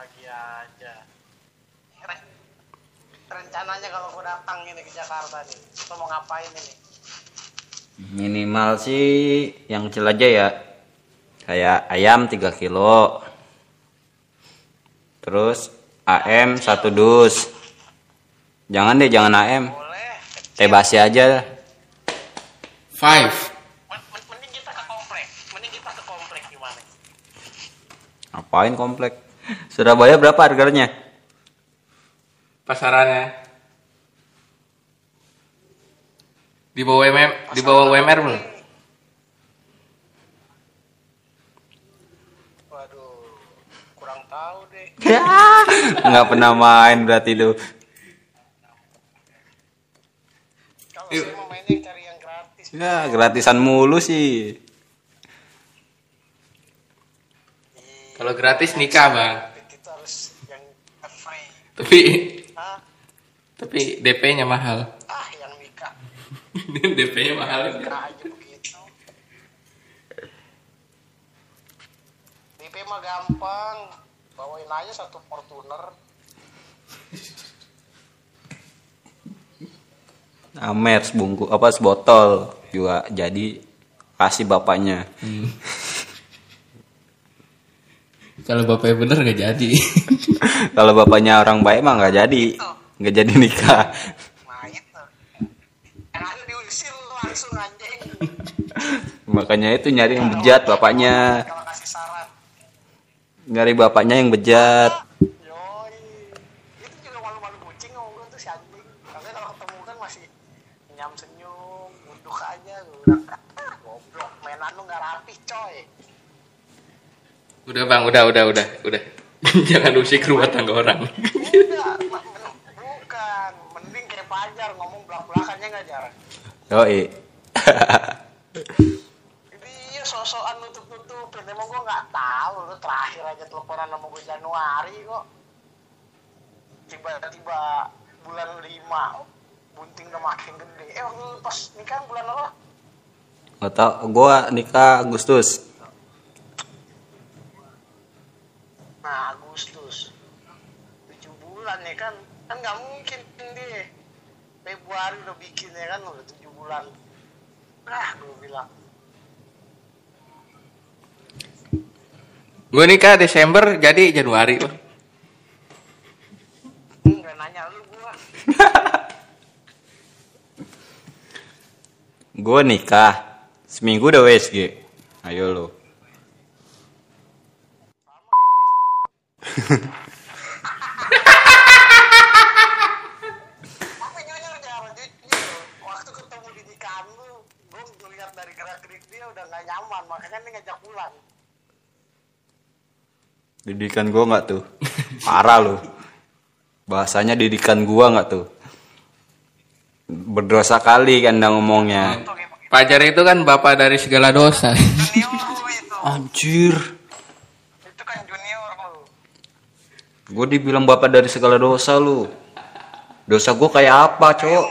pagi aja. Rencananya kalau gue datang ini ke Jakarta nih, lo mau ngapain ini? Minimal sih yang kecil aja ya. Kayak ayam 3 kilo. Terus AM 1 dus. Jangan deh, jangan AM. Boleh. Teh basi aja. 5. Mending kita ke komplek. Mending kita ke komplek gimana? Ngapain komplek? Surabaya berapa harganya? Pasarannya di bawah UMR belum? Waduh, kurang tahu deh. Nggak pernah main berarti tuh. Kalau saya mau mainnya cari yang gratis. Ya, gratisan mulu sih. Kalau gratis nikah bang, Kita harus yang free. tapi Hah? DP-nya mahal. Yang nikah. DP-nya mahal. Nikah aja begitu. DP mah gampang. Bawain aja 1 Fortuner. Amer sebungkus apa sebotol juga jadi kasih bapaknya. Kalau bapaknya bener nggak jadi. Kalau bapaknya orang baik mah nggak jadi nikah. Nah itu. Yang ada diusir langsung anjing. Makanya itu nyari yang bejat bapaknya. Kalau kasih saran. Nyari bapaknya yang bejat. Yoi. Itu juga malu-malu kucing ngomong gue tuh si anjing. Karena kalau ketemu kan masih senyum senyum, duduk aja. Gue bilang, goblok, mainan lu gak rapi coy. Udah bang, udah. Jangan usik rumah tangga orang. Enggak, bukan. Mending kayak Fajar ngomong belak-belakannya gak jarang. Yoi. Dia sosokan nutup-nutupin. Emang gue gak tahu. Lu terakhir aja teleponan sama gue Januari kok. Tiba-tiba bulan 5 bunting udah makin gede. Waktu lu pas nikah bulan apa? Gak tau, gua nikah Agustus. Nah Agustus 7 bulan ya kan. Kan gak mungkin dia Februari udah bikin ya kan. Udah 7 bulan. Gue bilang. Gue nikah Desember jadi Januari bang. Gak nanya lu gue. Gua nikah seminggu udah WSG. Ayo lo. Tapi jujur jarang jujur. Waktu ketemu di nikahan lu, gue ngeliat dari gerak-gerik dia udah gak nyaman. Makanya dia ngajak pulang. Didikan gua nggak tuh? Parah lo. Bahasanya didikan gua nggak tuh? Berdosa kali kan dah ngomongnya. Fajar itu kan bapak dari segala dosa. Junior lu itu. Anjir. Itu kan junior lu. Gue dibilang bapak dari segala dosa lu. Dosa gue kayak apa, cowok?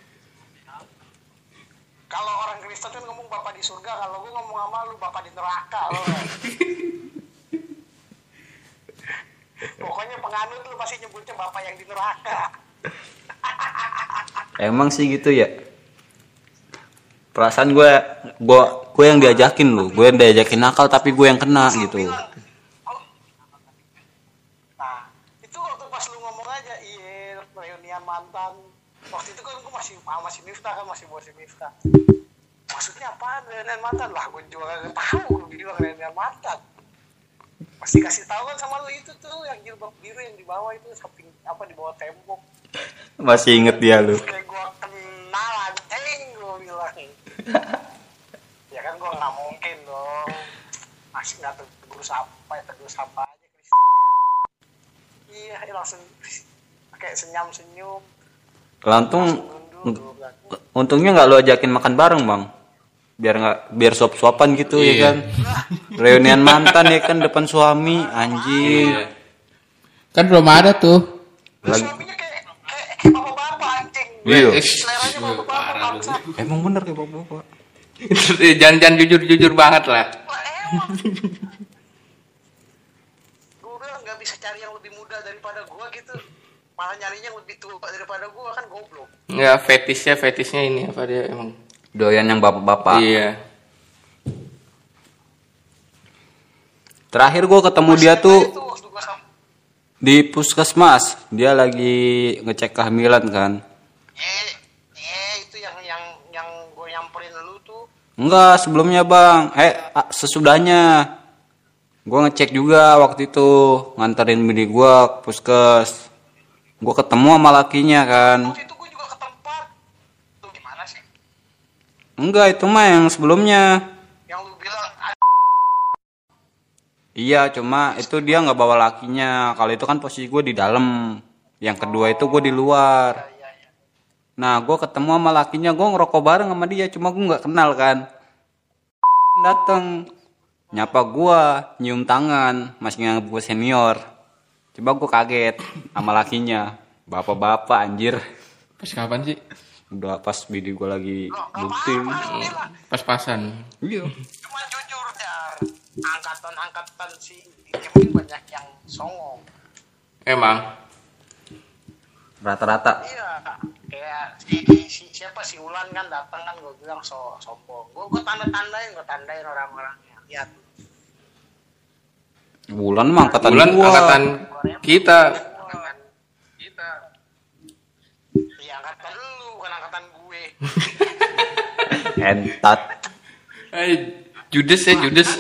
Kalau orang Kristen kan ngomong bapak di surga, kalau gue ngomong sama lu bapak di neraka lo. Pokoknya penganut lu pasti nyebutnya bapak yang di neraka. Emang sih gitu ya. Perasaan gue yang diajakin lu, gue yang diajakin nakal tapi gue yang kena gitu. Nah, itu waktu pas lu ngomong aja, iya reunian mantan. Waktu itu kan gue masih Miftah kan, masih bos Miftah. Maksudnya apaan reunian mantan? Lah gue juga gak tahu, gue bilang reunian mantan. Pasti kasih tahu kan sama lu itu tuh yang jilbab biru yang di bawah itu samping apa di bawah tembok. Masih inget dia lu. Kayak gue kenal anjing gue bilang. Ya kan gue nggak mungkin dong. Masih nggak tegur sapa aja Kristen ya. Iya langsung kayak senyum. Untungnya nggak lo ajakin makan bareng bang. Biar suap-suapan gitu ya kan. Reunian mantan ya kan depan suami anjing. Kan belum ada tuh. Suaminya kayak bapak-bapak anjing. Iya. Seleranya bapak-bapak bangsa. Emang bener kayak bapak-bapak. Jangan jujur banget lah. Lah emang. Gue bilang nggak bisa cari yang lebih muda daripada gua gitu, malah nyarinya lebih tua daripada gua, kan goblok. Enggak, fetishnya ini apa dia emang? Doyan yang bapak-bapak. Iya. Terakhir gue ketemu dia tuh Itu waktu gua sama di puskesmas. Dia lagi ngecek kehamilan kan. itu yang gua nyamperin lu tuh. Enggak, sebelumnya bang. Sesudahnya. Gue ngecek juga waktu itu. Nganterin bini gue ke puskes. Gue ketemu sama lakinya kan. Waktu itu gua juga ke tempat. Lu gimana sih? Enggak, itu mah yang sebelumnya. Yang lu bilang Iya, cuma itu dia nggak bawa lakinya. Kalau itu kan posisi gue di dalam. Yang kedua itu gue di luar. Nah, gue ketemu sama lakinya, gue ngerokok bareng sama dia. Cuma gue nggak kenal kan. Dateng, nyapa gue, nyium tangan, masih nganggep gue senior. Coba gue kaget sama lakinya. Bapak-bapak anjir. Pas kapan sih? Udah pas bini gue lagi bukti. Pas-pasan. Iya. cuma jujur Dar, angkatan si Kim banyak yang songong. Emang. Rata-rata. Iya, kayak siapa si Ulan kan datang kan, gue bilang sombong. Gue tandain orang-orangnya. Lihat. Bulan mah angkatan Bulan gua. angkatan kita. Iya, angkatan lu bukan angkatan gue. Entat. Judes ya, Judes.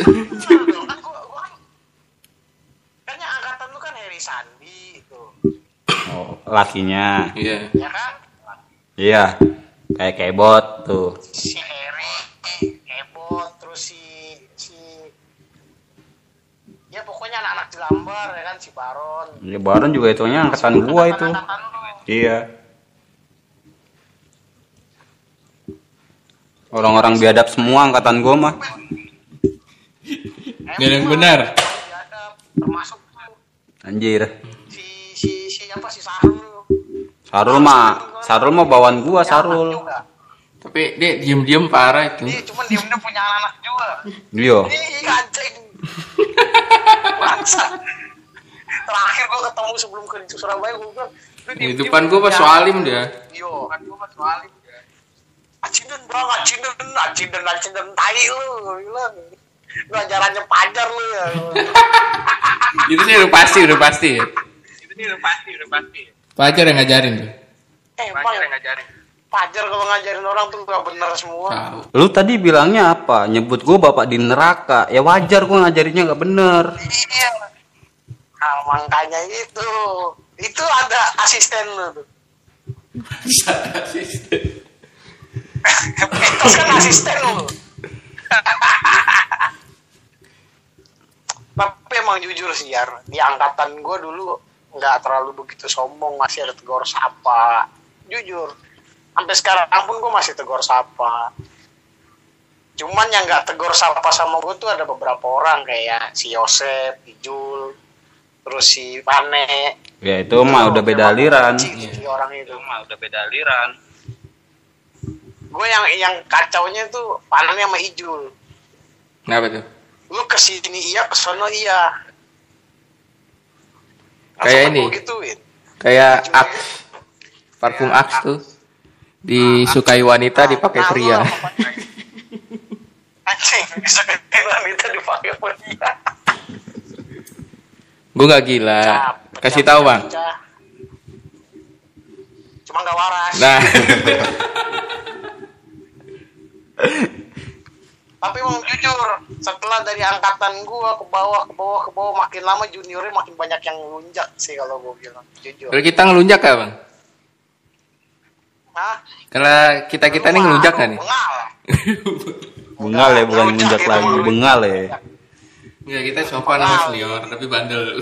Kan yang angkatan lu kan Heri Sandi itu. Oh, lakinya. Iya. Ya kan? Iya. Kayak kebot tuh. Si Heri, Kebot, terus si ya pokoknya anak-anak Jelambar ya kan, si Baron. Ya Baron juga itunya angkatan gua itu. Angkatan lu. Iya. Orang-orang biadab semua angkatan gua mah. Gak ada yang benar. Biadab, termasuk tuh Anjir. si apa si Sahrul. Sarul mah bawaan gua Sarul. Juga. Tapi dia diem-diem parah itu. Dia cuma dia punya anak juga. Iya. Ih, anjing. Bangsa. Terakhir gua ketemu sebelum ke Surabaya, gua bilang, Di depan gua pas Soalim dia. Yo, kan gua pas Soalim. Acinden bang, acinden tai lu, gua bilang. Lu ajarannya pajar lu ya. Itu sih udah pasti. Pacar yang ngajarin tuh. Emang pajar kalau ngajarin orang tuh gak bener semua. Tahu. Lu tadi bilangnya apa? Nyebut gua bapak di neraka. Ya wajar gua ngajarinnya nggak bener. Iya. Nah, makanya itu ada asisten lu tuh. Itu kan asisten lu. Tapi emang jujur sih Yar, di angkatan gue dulu nggak terlalu begitu sombong, masih ada tegur sapa. Jujur, sampai sekarang pun gue masih tegur sapa. Cuman yang nggak tegur sapa sama gue tuh ada beberapa orang kayak si Yosep, Ijul, terus si Pane. Ya itu mah udah beda aliran. Orang itu mah udah beda aliran. Gue yang kacaunya tuh Pane sama Ijul. Kenapa tuh? Lu kesini iya, kesono iya. Kayak ini. Gituin. Kayak Axe. Parfum Axe tuh. Disukai wanita dipakai pria. Anjing, disukai wanita dipakai pria. Gue gak gila. Kasih tahu bang. Cuma gak waras. Nah. Tapi emang jujur, setelah dari angkatan gua ke bawah makin lama juniornya makin banyak yang lunjak sih kalau gua bilang. Jujur. Kalau kita ngelunjak ya bang? Hah? Kalau kita nih ngelunjak gak nih? Bengal. Bengal ya, bukan ngunjak lagi. Bengal ya. Enggak, kita sopan sama senior, tapi bandel.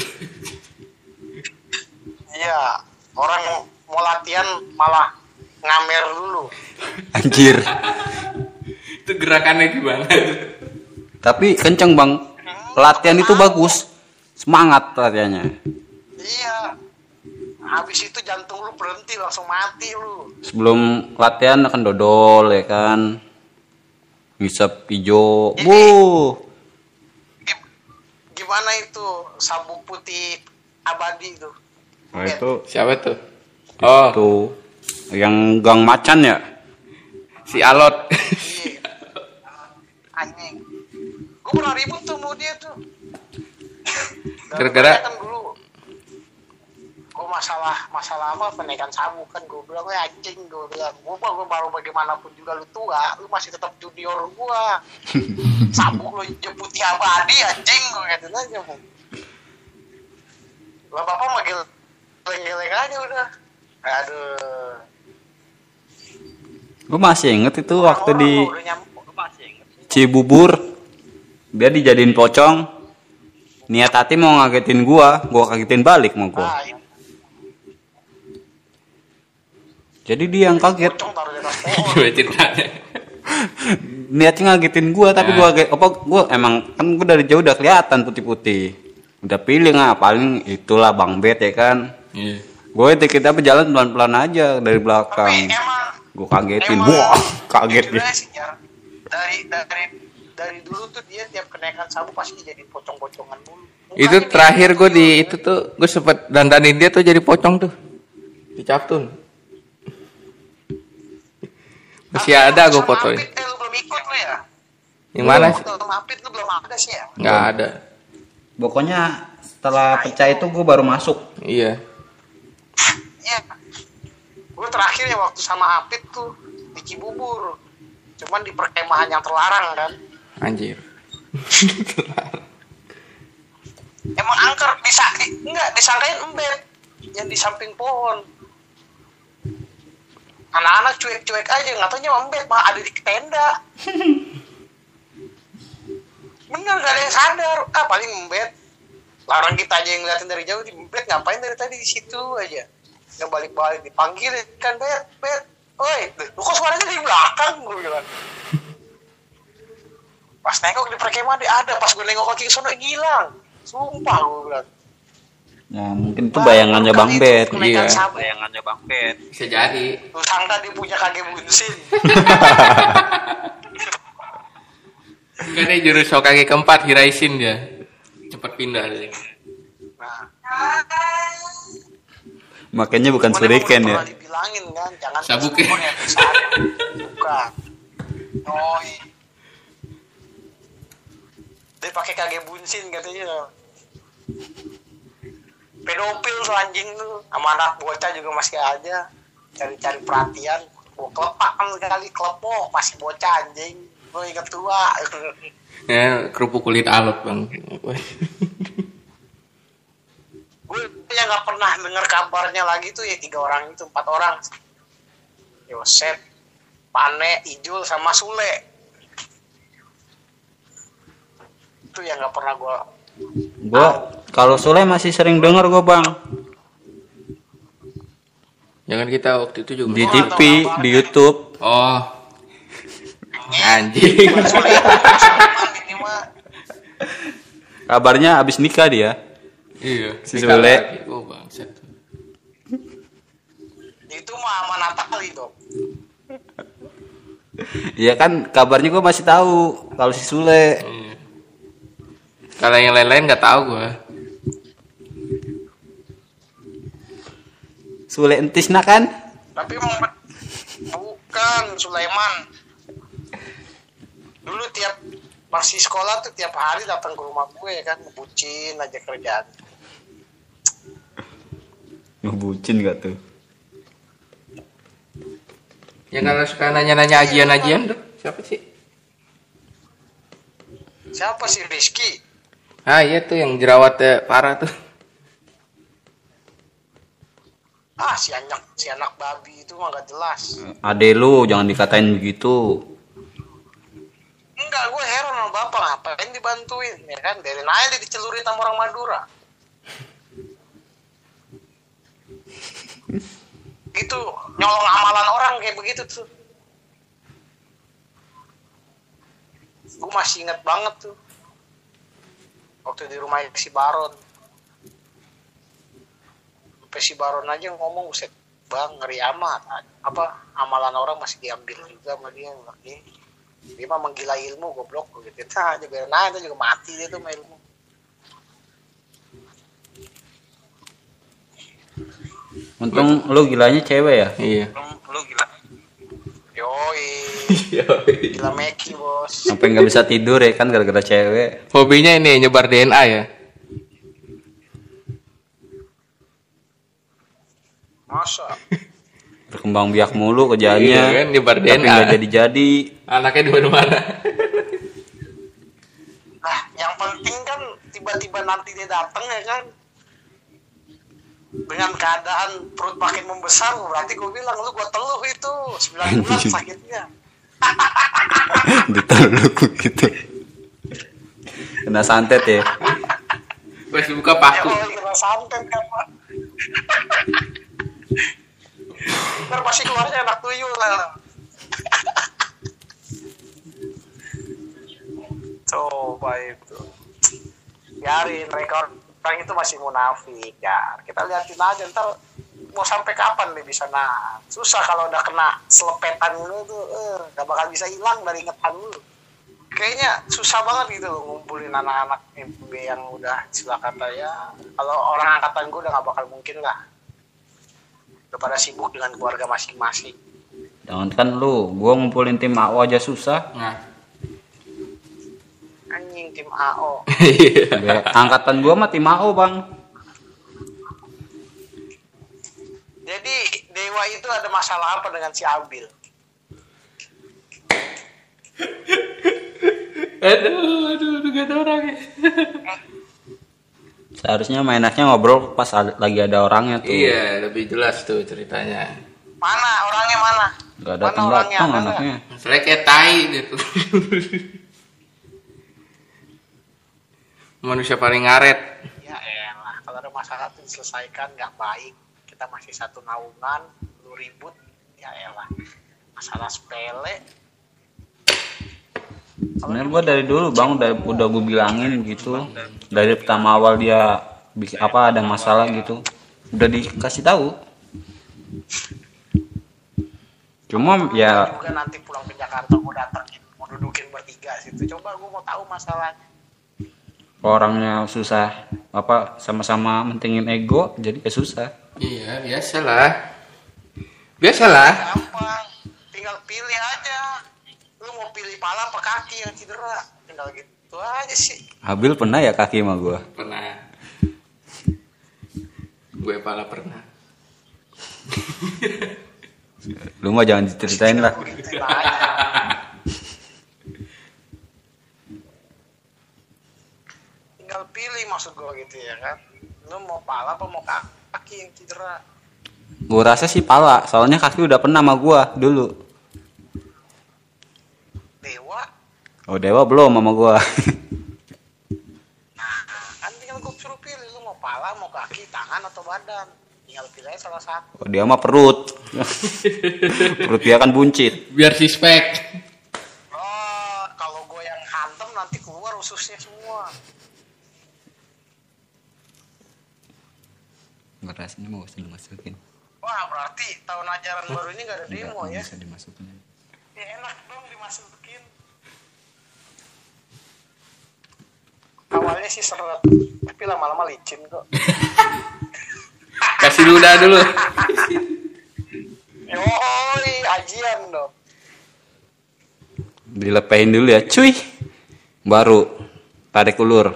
Iya, orang mau latihan malah ngamer dulu. Anjir. Itu gerakannya gimana? Tapi kenceng bang. Latihan itu bagus. Semangat latihannya. Iya. Habis itu jantung lu berhenti, langsung mati lu. Sebelum latihan akan dodol ya kan. Ngisep hijau. Gimana itu sabuk putih abadi itu. Nah, itu Siapa tuh? Oh, tuh yang gang macan ya. si Alot. Iya. Anjing. Gue pernah ribut tuh mau dia tuh. Gara-gara? Kan dulu gue masalah apa penaikan sabuk kan gue bilang anjing gue bilang gue baru bagaimanapun juga lu tua lu masih tetap junior gue sabuk lu putih abadi anjing gue katain aja mau lah bapak mah geleng-geleng aja udah aduh Gue masih inget itu waktu di udah nyamuk gue masih inget Cibubur dia dijadiin pocong. Niat hati mau ngagetin gua kagetin balik mau gua. itu Jadi dia yang kaget. pocong taruh di atas pohon Gimana ceritanya? Niatnya ngagetin gua tapi gua emang kan gua dari jauh udah kelihatan putih-putih. Udah pilih nggak paling itulah Bang Bet ya kan. Iya. Gue kita berjalan pelan-pelan aja dari tapi belakang. emang Gue kagetin. Wah, kaget dia. jujur aja sih, Jar. dari dulu tuh dia tiap kenaikan sabuk pasti jadi pocong-pocongan dulu. Itu terakhir gue di itu tuh gue sempet dandanin dia tuh jadi pocong tuh di Captun. Masih ada gue fotoin. Lu belum ikut lu ya? Yang mana sih? Sama Apit lu belum ada sih ya? Nggak ada. Pokoknya setelah pecah itu gue baru masuk. Iya. Iya. Gue terakhir ya waktu sama Apit tuh di Cibubur. Cuman di perkemahan yang terlarang kan. Anjir. Emang angker enggak disangkain embet yang di samping pohon. Anak-anak cuek-cuek aja, nggak taunya embet malah ada di tenda. Bener gak ada yang sadar, paling embet. Larang kita aja yang ngeliatin dari jauh, di embet ngapain dari tadi di situ aja. Nggak balik-balik dipanggil kan bet, oi, lu kok suaranya di belakang gue bilang. Pas nengok di perkemahan dia ada, pas gue nengok lagi ke sono hilang. Sumpah gue bilang. Ya mungkin itu bayangannya Bang Bet. Iya. Bayangannya Bang Bet. Bisa jadi. Lu sangka dia punya kage bunsin. Kan dia jurus Hokage keempat Hiraisin dia. Cepat pindah dia. Nah, Makanya bukan cuman shuriken emang ya. pernah dibilangin kan, jangan Sabuknya. sabuk yang besar. Bukan. Yoi. Dia pakai kage bunsin katanya. Pedofil tuh anjing tuh, sama anak bocah juga masih aja cari-cari perhatian. Gue kelepakan sekali, kelepok masih bocah anjing. Gue inget tua. Ya, kerupuk kulit Alot bang. Gue yang nggak pernah dengar kabarnya lagi tuh ya 3 orang itu, 4 orang. Yosep, Pane, Ijul, sama Sule. Itu yang nggak pernah gue. Kalau Sule masih sering denger gue Bang. Jangan kita waktu itu juga. Di TV, di YouTube. Oh. Anjing. Sule ini mah Kabarnya abis nikah dia. Iya. Si Sule. Oh bangsat. itu mah sama Natali dong. Iya kan kabarnya gue masih tahu kalau si Sule. Iya. Kalau yang lain-lain nggak tahu gue. Sule Entisna kan? Tapi emang bukan Sulaiman. Dulu tiap masih sekolah tuh tiap hari datang ke rumah gue kan, ngebucin aja kerjaan. Ngebucin gak tuh? Yang kalau suka nanya-nanya ajian-ajian tuh siapa sih? Siapa sih Rizky? Ah iya tuh yang jerawatnya parah tuh. Si anak babi itu mah gak jelas. Ade lu jangan dikatain begitu. Enggak, gue heran sama bapak ngapain dibantuin ya kan? Biarin aja dia dicelurin sama orang Madura. Itu nyolong amalan orang kayak begitu tuh. Gue masih inget banget tuh. Waktu di rumah si Baron. Sampai si Baron aja ngomong, "Buset, Bang, ngeri amat. Apa amalan orang masih diambil juga sama dia." Dia mah menggila ilmu, goblok gitu. Nah, aja biarin aja juga mati dia tuh sama ilmu. Untung lu gilanya cewek ya. Iya. Lu gila. Yoi. Gila Meki, Bos. Sampai nggak bisa tidur ya kan gara-gara cewek. Hobinya ini nyebar DNA ya. Masa? Berkembang biak mulu kerjaannya. Iya kan, nyebar Tapi DNA. nggak jadi-jadi. Anaknya di mana-mana. Nah, yang penting kan tiba-tiba nanti dia datang ya kan. Dengan keadaan perut makin membesar, berarti gue bilang lu gua teluh itu 9 bulan sakitnya. Diteluk gitu. Kena santet ya. Wes buka paku. Ya kena santet kan Pak. Ntar pasti keluarnya anak tuyul lah. Coba itu. Biarin mereka orang itu masih munafik ya. Kita liatin aja ntar mau sampai kapan nih bisa nah. Susah kalau udah kena selepetan lu tuh gak bakal bisa hilang dari ingatan lu. Kayaknya susah banget gitu loh ngumpulin anak-anak MPB yang udah silakan ya. Kalau orang angkatan gue udah gak bakal mungkin lah. Udah pada sibuk dengan keluarga masing-masing. Jangan kan lu, gua ngumpulin tim AO aja susah. Nah. Anjing tim AO. Ya, angkatan gua mah tim AO, Bang. Jadi Dewa itu ada masalah apa dengan si Abil? Aduh, gak ada orang ya. Seharusnya mainannya ngobrol pas lagi ada orangnya tuh. Iya, lebih jelas tuh ceritanya. Mana orangnya mana? Gak Mana datang orangnya? datang Ada anaknya. Masalahnya kayak tai gitu. Manusia paling ngaret. Ya elah, kalau ada masalah tuh diselesaikan nggak baik. Kita masih satu naungan, lu ribut, ya elah. Masalah sepele. Sebenarnya gua dari dulu Bang udah gua bilangin gitu. Dari pertama awal dia ada masalah gitu. Udah dikasih tahu. Cuma ya Juga nanti pulang ke Jakarta mau datengin, mau dudukin bertiga situ. Coba gue mau tahu masalahnya. orangnya susah sama-sama mentingin ego jadi ya susah. Iya, biasalah. Biasalah. Gampang, tinggal pilih aja. Lu mau pilih pala apa kaki yang cedera? Tinggal gitu aja sih. Habil pernah ya kaki sama gua. Pernah. Gue pala pernah. Lu mah jangan diceritain lah. Gituin aja. Tinggal pilih maksud gue gitu ya kan. Lu mau pala apa mau kaki yang cedera? Gua rasa sih pala, soalnya kaki udah pernah sama gua dulu. Dewa? Oh Dewa belum sama gua. Nah, kan tinggal gue suruh pilih. Lu mau pala, mau kaki, tangan atau badan. Tinggal pilih aja salah satu. Oh dia mah perut. Perut dia kan buncit. Biar sispek. Oh, kalau gue yang hantem nanti keluar ususnya semua. Rasanya mau usah dimasukin. Wah, berarti tahun ajaran baru ini gak ada demo ya? Bisa dimasukin. Ya enak dong dimasukin. Awalnya sih seret, tapi lama-lama licin kok. Kasih ludah dulu. Yoi, ajian dong. Dilepehin dulu ya, cuy. Baru tarik ulur.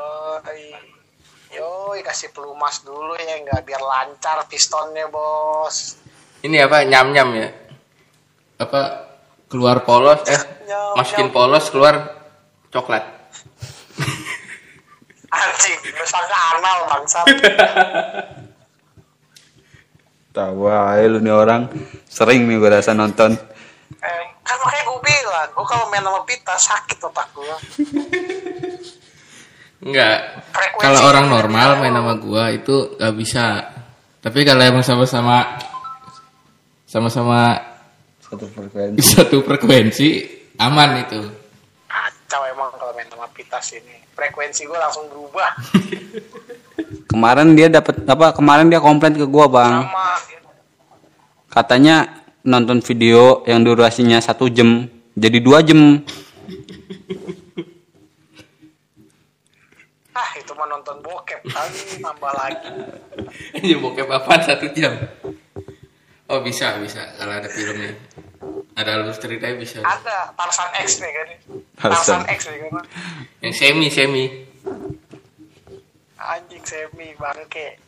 Yoi, kasih pelumas dulu ya, nggak biar lancar pistonnya bos. Ini apa? Nyam-nyam ya? Apa? Keluar polos, Nyam, masukin nyam. polos, keluar coklat. Anjing, sangka anal bangsat. Tahu aja lu nih orang. Sering nih gua rasa nonton. Kan makanya gue bilang, gue kalau main sama pita sakit otak gue. Enggak. Frekuensi Kalau orang itu normal beda. main sama gua itu nggak bisa. Tapi kalau emang sama-sama Satu frekuensi. satu frekuensi aman itu. Kacau emang kalau main sama pitas ini. Frekuensi gue langsung berubah. Kemarin dia komplain ke gua, Bang. Sama Katanya nonton video yang durasinya 1 jam jadi 2 jam. itu cuma nonton bokep kali nambah lagi. Ini bokep apaan 1 jam? Oh bisa kalau ada filmnya. Ada alur ceritanya bisa. Ada Tarzan X nih kan. Tarzan. Tarzan X nih kan. Yang semi. Anjing semi bangke.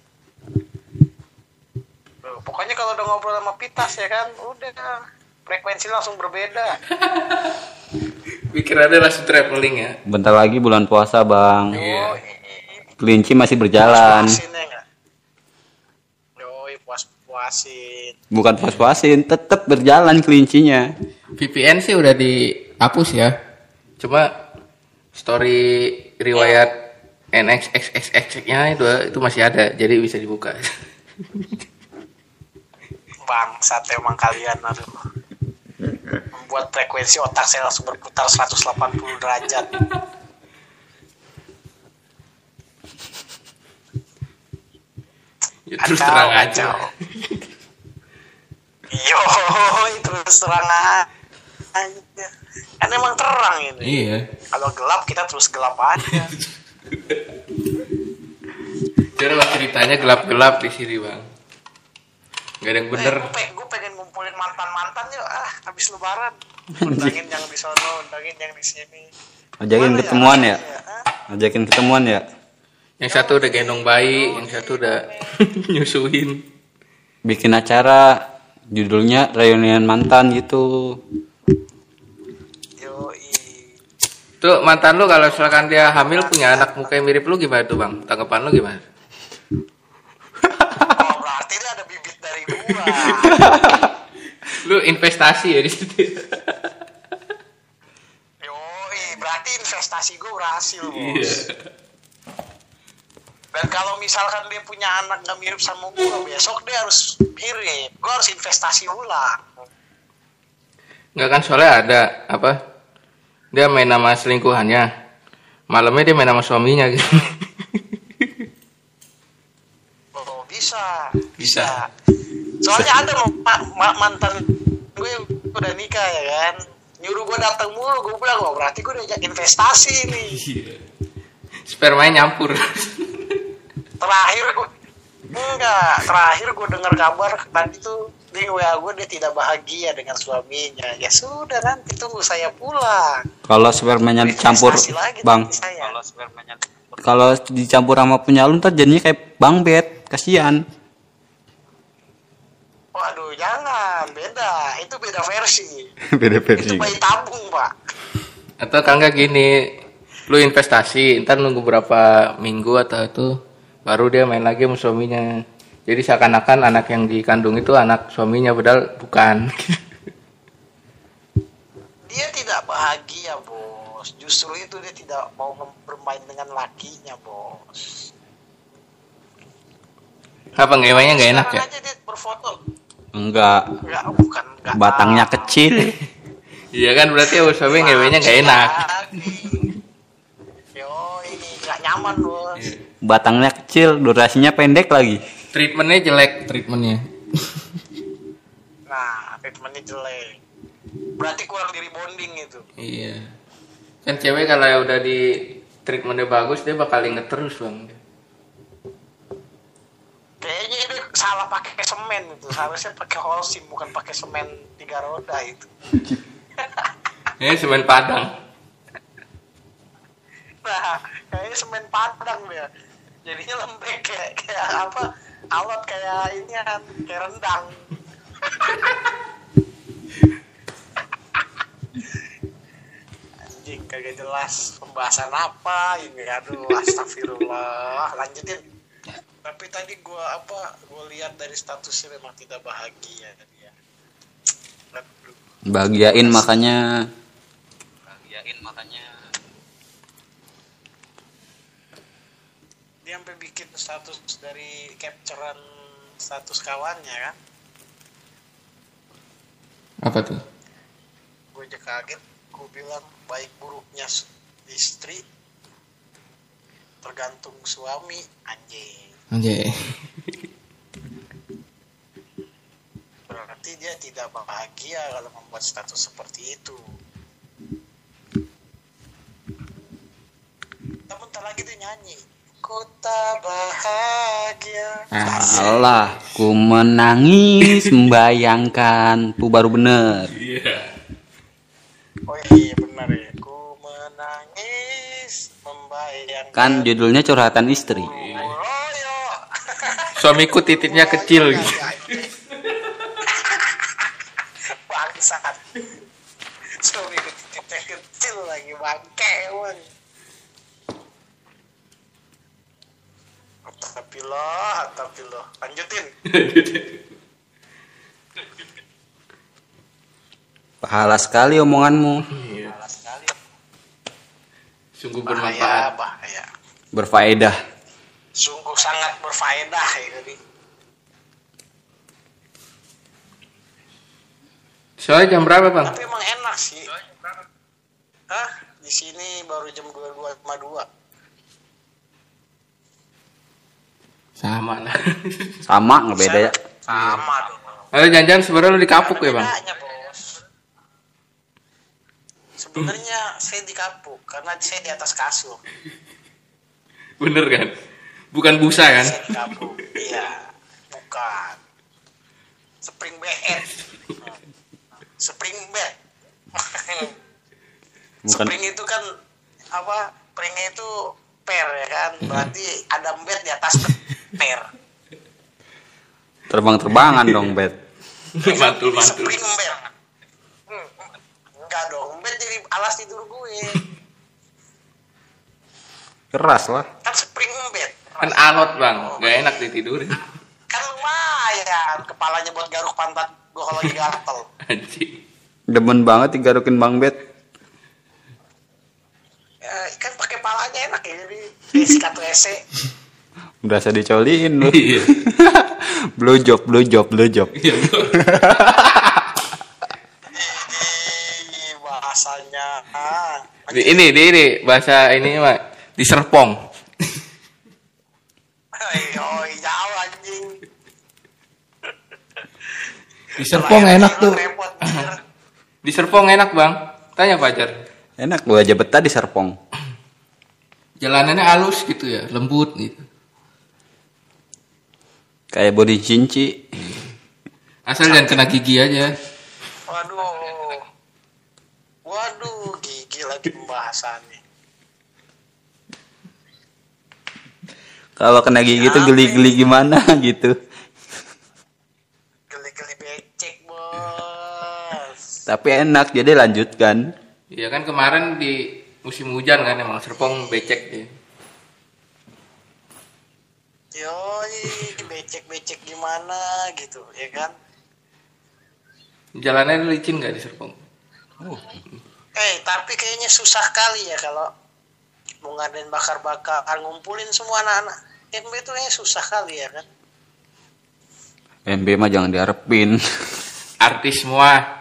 Pokoknya kalau udah ngobrol sama Pitas ya kan, udah frekuensi langsung berbeda. Pikirannya langsung traveling ya. Bentar lagi bulan puasa, Bang. Iya. Kelinci masih berjalan. Puas-puasin ya nggak? Yoi, puas-puasin. Bukan puas-puasin, tetap berjalan kelincinya. VPN sih udah dihapus ya. Cuma story riwayat NXXXX-nya itu masih ada, jadi bisa dibuka. Bangsat emang kalian, aduh. Membuat frekuensi otak saya langsung berputar 180 derajat. Ya, terus terang aja. Yo, terus terang aja. Kan emang terang ini. Iya. Kalau gelap kita terus gelap aja. Jadi ceritanya gelap-gelap di sini, Bang. Gak ada yang bener. Gue pengen ngumpulin mantan-mantan yuk. Habis lebaran. Undangin yang di sono, undangin yang di sini. Ajakin Gimana ketemuan ya? Ah? Ajakin ketemuan ya? Yang satu udah gendong bayi, yang satu udah nyusuin. Bikin acara judulnya reunian mantan gitu. Yoi. Tuh mantan lu kalau misalkan dia hamil punya anak muka yang mirip lu gimana tuh, Bang? Tanggapan lu gimana? Oh, berarti dia ada bibit dari gua. Lu investasi ya di situ. Yoi, berarti investasi gua berhasil, Bos. Iya. Dan kalau misalkan dia punya anak gak mirip sama gua, besok dia harus mirip. Gua harus investasi ulang. Enggak kan soalnya ada apa? Dia main nama selingkuhannya. Malamnya dia main nama suaminya gitu. Oh, bisa. Bisa. Soalnya ada loh mantan gue yang udah nikah ya kan. Nyuruh gue datang mulu, gue bilang, oh berarti gue udah ajak investasi nih. Iya. Spermanya nyampur. Terakhir gue dengar kabar tadi tuh di WA gue dia tidak bahagia dengan suaminya. Ya sudah, nanti tunggu saya pulang. Kalau spermanya dicampur, Investasi lagi Bang. nanti saya. Kalau dicampur sama punya lu ntar jadinya kayak Bang Bet, kasihan. Waduh, jangan, beda. Itu beda versi. Beda Itu bayi tabung, Pak. Atau kalau enggak gini, lu investasi, ntar nunggu berapa minggu atau itu baru dia main lagi sama suaminya. Jadi seakan-akan anak yang dikandung itu anak suaminya, padahal bukan. Dia tidak bahagia, Bos. Justru itu dia tidak mau bermain dengan lakinya, Bos. Apa ngewanya nggak enak ya? Sekarang aja dia berfoto. Enggak, Bukan. batangnya kecil. Iya kan berarti sama suami ngewenya nggak enak. Yo, ini nggak nyaman, Bos. Batangnya kecil, durasinya pendek lagi. Treatmentnya jelek, treatmentnya. Nah, treatmentnya jelek. Berarti kurang di rebonding itu. Iya. Kan cewek kalau udah di treatmentnya bagus dia bakal inget terus, Bang. Kayaknya ini salah pakai semen itu. Seharusnya pakai holcim, bukan pakai semen 3 roda itu. Ini semen Padang. Nah, kayaknya semen Padang dia. Jadinya lembek kayak apa? Alot kayak ini kan, kayak rendang. Anjing, kagak jelas pembahasan apa ini. Aduh, astagfirullah. Lanjutin. Tapi tadi gue lihat dari statusnya memang tidak bahagia dia. Aduh. Bahagiain makanya. Dia sampai bikin status dari capturean status kawannya kan. Apa tuh? Gue aja kaget. Gue bilang baik buruknya istri tergantung suami. Anjay. Berarti dia tidak bahagia kalau membuat status seperti itu. Tapi bentar lagi dia nyanyi. ku tak bahagia. Alah, ku menangis membayangkan. Tuh baru bener. Oh iya benar ya. Ku menangis membayangkan. Kan judulnya curhatan istri. Royo. Suamiku titiknya kecil gitu. Bangsat. Suami titiknya kecil lagi bangke. Tapi lo. Lanjutin. Pahala sekali omonganmu. Malas sekali. Sungguh Bahaya, bermanfaat. bahaya. Berfaedah. Sungguh sangat berfaedah ya tadi. Soalnya jam berapa bang? Tapi emang enak sih. Hah? Di sini baru jam 22.52. Sama lah. Sama nggak beda ya? Sama dong. Lalu jangan sebenarnya lu dikapuk ya bang? Bedanya, Bos. Sebenarnya saya di kapuk karena saya di atas kasur. Bener kan? Bukan busa kan? Saya di kapuk. Iya, bukan. Spring bed. Spring bed. Bukan. Spring itu kan apa? Springnya itu per ya kan? Berarti ada bed di atas per. Terbang-terbangan dong, Bet. Mantul-mantul. Spring bed. Enggak dong, bed jadi alas tidur gue. Keras lah. Kan spring bed. Kan alot bang, gak enak ditidurin. Kan lumayan kepalanya buat garuk pantat gue kalau lagi gatel. Anjing. Demen banget digarukin Bang Bet. Ya, kan pakai palanya enak ya jadi kayak sikat WC. Berasa dicoliin lu. Iya. Blue job. Iya, bro. Ih, bahasanya. Ini bahasa ini mah diserpong. Oh, jauh anjing. Diserpong enak tuh. Repot, bener. Diserpong enak bang. Tanya Fajar. Enak lu aja betah di Serpong. Jalanannya halus gitu ya, lembut gitu. Kayak body cinci. Asal jangan kena gigi aja. Waduh, gigi lagi pembahasannya. Kalau kena gigi tuh geli-geli gimana gitu. Geli-geli becek, Bos. Tapi enak jadi lanjutkan. Iya kan kemarin di musim hujan kan emang Serpong becek dia. Yoi, becek-becek gimana gitu, ya kan? Jalannya licin nggak di Serpong? Tapi kayaknya susah kali ya kalau mau ngadain bakar-bakar, ngumpulin semua anak-anak. MB itu kayaknya susah kali ya kan? MB mah jangan diharapin. Artis semua.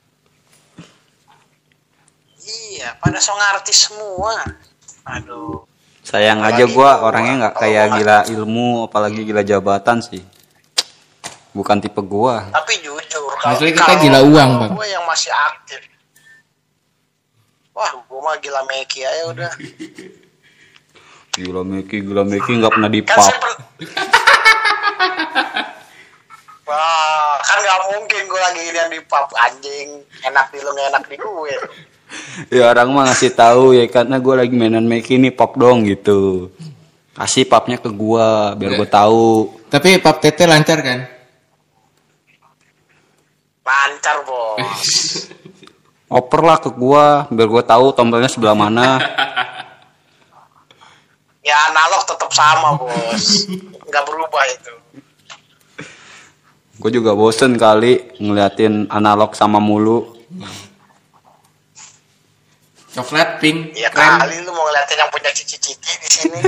Iya, pada song artis semua. Aduh. Sayang aja gua orangnya nggak kayak gila ilmu apalagi gila jabatan sih. Bukan tipe gua. Tapi jujur Maksudnya kita gila uang, Bang. Gue yang masih aktif. Wah, gue mah gila Meki aja udah. Gila Meki nggak pernah di Kan pub. Wah, kan nggak mungkin gue lagi yang di pub anjing. Enak di lu nggak enak di gue. Ya orang mah ngasih tahu ya karena gua lagi mainan Meki nih pop dong gitu. Kasih popnya ke gua biar gua tahu. Tapi pap tete lancar kan? Lancar, Bos. Oper lah ke gua biar gua tahu tombolnya sebelah mana. Ya analog tetap sama, Bos. Nggak berubah itu. Gua juga bosen kali ngeliatin analog sama mulu. Coklat, pink, Ya krem. kali lu mau ngeliatin yang punya cici-cici di sini.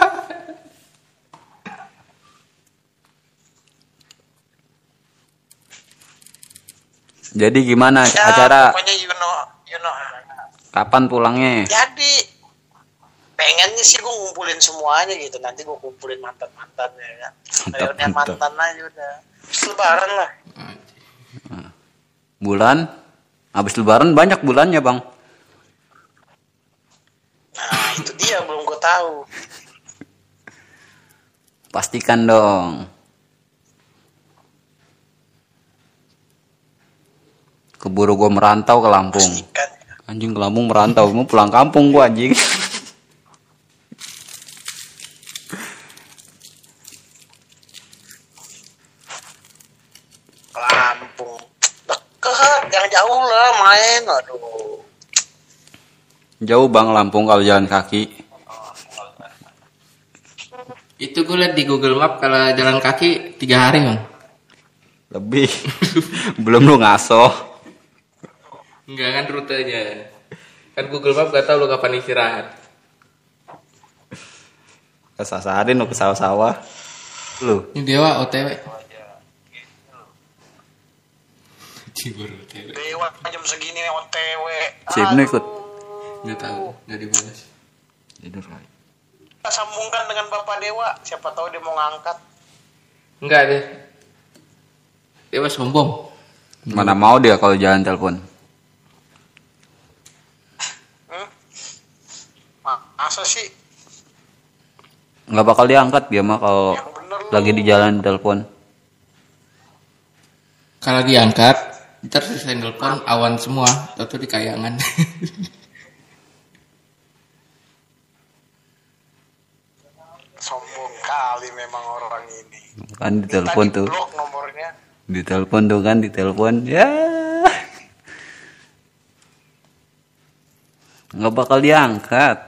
Jadi gimana Ya, acara? pokoknya you know. Kapan pulangnya? Jadi pengennya sih gue ngumpulin semuanya gitu. Nanti gue kumpulin mantan-mantannya ya. Reunian mantan aja udah. Terus lebaran lah. Bulan? Habis lebaran banyak bulannya, Bang. Nah itu dia belum gue tahu. Pastikan dong. Keburu gue merantau ke Lampung. Pastikan. Anjing ke Lampung merantau, mau pulang kampung gue anjing. Lampung. Dekat, yang jauh lah main. Aduh. Jauh bang Lampung kalau jalan kaki. Itu gue liat di Google Map kalau jalan kaki 3 hari bang. Lebih. Belum lu ngaso. Enggak kan rutenya. Kan Google Map gak tau lu kapan istirahat. Kesasarin lu ke sawah-sawah. Lu. Ini Dewa OTW. Cibur OTW. Dewa jam segini nih OTW. Si Ibnu ikut. Gak tau, gak dibalas. Tidur kali. Kita sambungkan dengan Bapak Dewa. Siapa tahu dia mau ngangkat. Enggak deh. Dewa sombong. Mana mau dia kalau jalan telepon. Masa sih? Nggak bakal diangkat dia mah kalau Yang bener lu. lagi di jalan telepon. Kalau diangkat, ntar selesai telepon awan semua, atau di kayangan. Sombong kali memang orang ini. Kan di telepon Tadi tuh. blok nomornya. Di telepon tuh kan di telepon. Ya. Nggak bakal diangkat.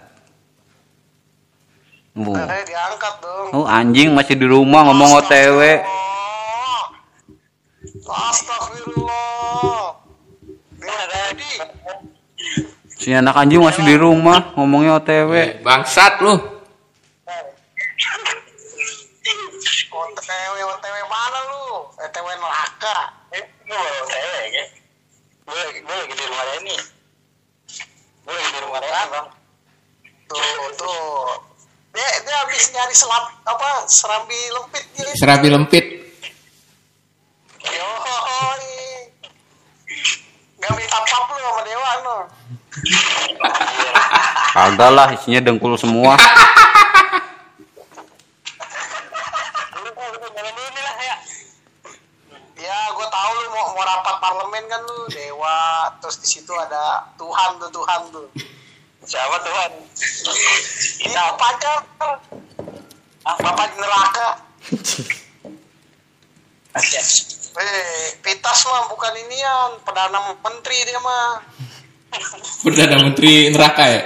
Diangkat dong. Oh anjing masih di rumah ngomong OTW. Astagfirullah. Dewa Dadi. Si anak anjing masih di rumah ngomongnya OTW. Bangsat lu. OTW mana lu? OTW neraka. Lu OTW ya? Gue lagi di rumah ini. Gue lagi di rumah ini bang. Tuh. Dia habis nyari serambi lempit dia. Serabi lempit. Yoi. Gak minta pap lu sama Dewa lu. Kagak lah isinya dengkul semua. Ya, gue tahu lu mau rapat parlemen kan lu, Dewa. Terus di situ ada Tuhan tuh. Siapa Tuhan? Itu pacar. Bapak di neraka. Pitas mah bukan inian, Perdana Menteri dia mah. Perdana Menteri neraka ya?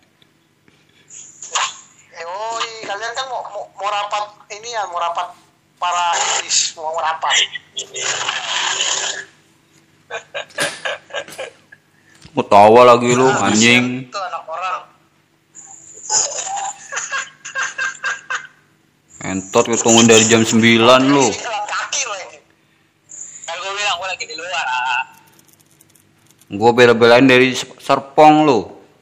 Oi, kalian kan mau rapat inian, mau rapat para iblis, mau rapat. Mau tawa lagi lu anjing. Itu anak orang. Entot ketungguin dari jam 9 lu. Kaki lagi. Kan gue bilang gue lagi di luar. Gue bela-belain dari Serpong lu.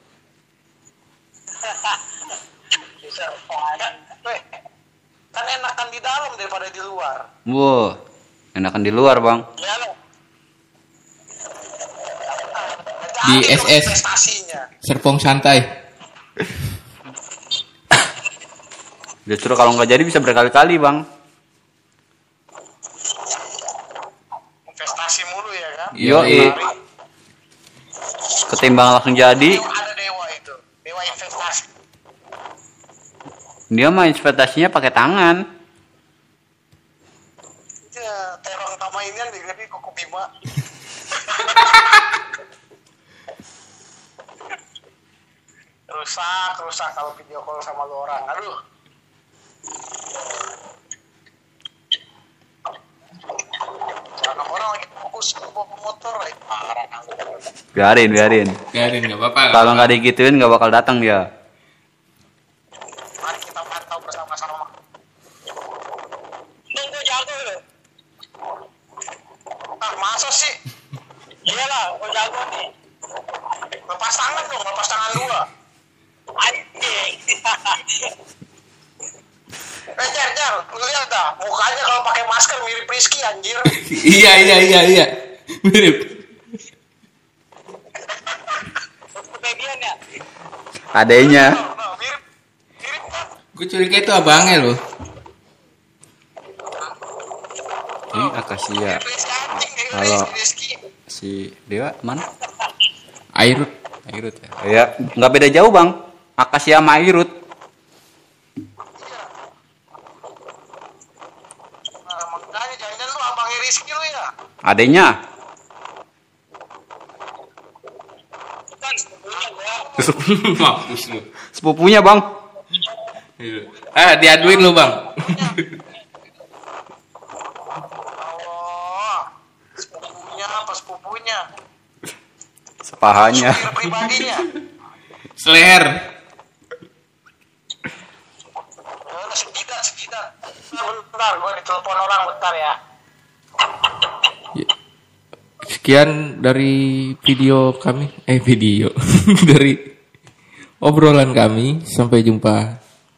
Kan enakan di dalam daripada di luar. Wah, enakan di luar bang. Ya lo. Di Jadi SS. investasinya. Serpong santai. Justru kalau nggak jadi bisa berkali-kali bang. Investasi mulu ya kan. Yoi. Ketimbang langsung jadi. Ada Dewa itu. Dewa investasi. Dia mah investasinya pakai tangan. Ya, terong sama inian digede kuku Bima. rusak kalau video call sama lu orang. Aduh. Anak orang lagi fokus ke motor, parah. Biarin. Biarin nggak apa-apa. Kalau nggak digituin nggak bakal datang dia. Mari kita pantau bersama-sama. Tunggu jago lu. Masa sih? Iyalah, gue jago nih. Lepas tangan dong, lepas tangan dua. Anjing. Jar, lu lihat dah, mukanya kalau pakai masker mirip Rizky anjir. Iya. Mirip. Bagian ya? Adanya. Mirip kan? Gue curiga itu abangnya loh. Ini akasia. Rizky anjing nih, Halo. Rizky. Si Dewa mana? Airut ya. Ya, nggak beda jauh bang. Akasia sama Airut. Nah, makanya jangan lu abangnya Rizky lu ya. Adanya. Bukan sepupunya gua. Mampus lu. Sepupunya bang. Diaduin lu bang. Oh, sepupunya apa sepupunya? Sepahanya. Supir pribadinya. Seleher. Udah sekitar. Bentar, gua ditelepon orang bentar ya. Sekian dari video kami. Video. Dari obrolan kami. Sampai jumpa.